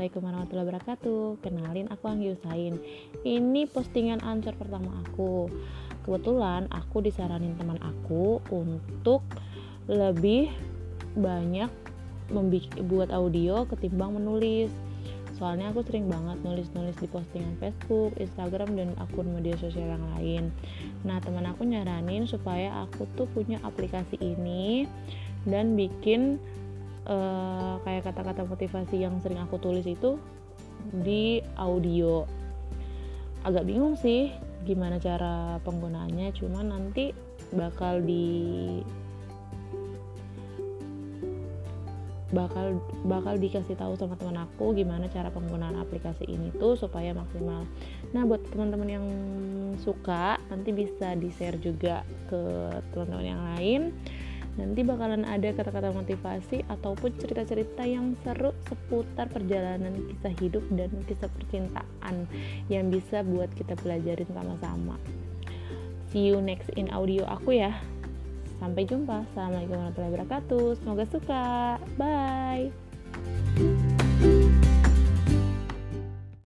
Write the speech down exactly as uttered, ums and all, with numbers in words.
Assalamualaikum warahmatullahi wabarakatuh. Kenalin, aku Anggi Usain. Ini postingan Anchor pertama aku. Kebetulan aku disaranin teman aku untuk lebih banyak membuat audio ketimbang menulis. Soalnya aku sering banget nulis-nulis di postingan Facebook, Instagram, dan akun media sosial yang lain. Nah, teman aku nyaranin supaya aku tuh punya aplikasi ini dan bikin Uh, kayak kata-kata motivasi yang sering aku tulis itu di audio. Agak bingung sih gimana cara penggunaannya, cuman nanti bakal di bakal bakal dikasih tahu sama teman aku gimana cara penggunaan aplikasi ini tuh supaya maksimal. Nah, buat teman-teman yang suka nanti bisa di-share juga ke teman-teman yang lain. Nanti bakalan ada kata-kata motivasi ataupun cerita-cerita yang seru seputar perjalanan kisah hidup dan kisah percintaan yang bisa buat kita pelajarin sama-sama. See you next in audio aku ya. Sampai jumpa. Assalamualaikum warahmatullahi wabarakatuh. Semoga suka. Bye.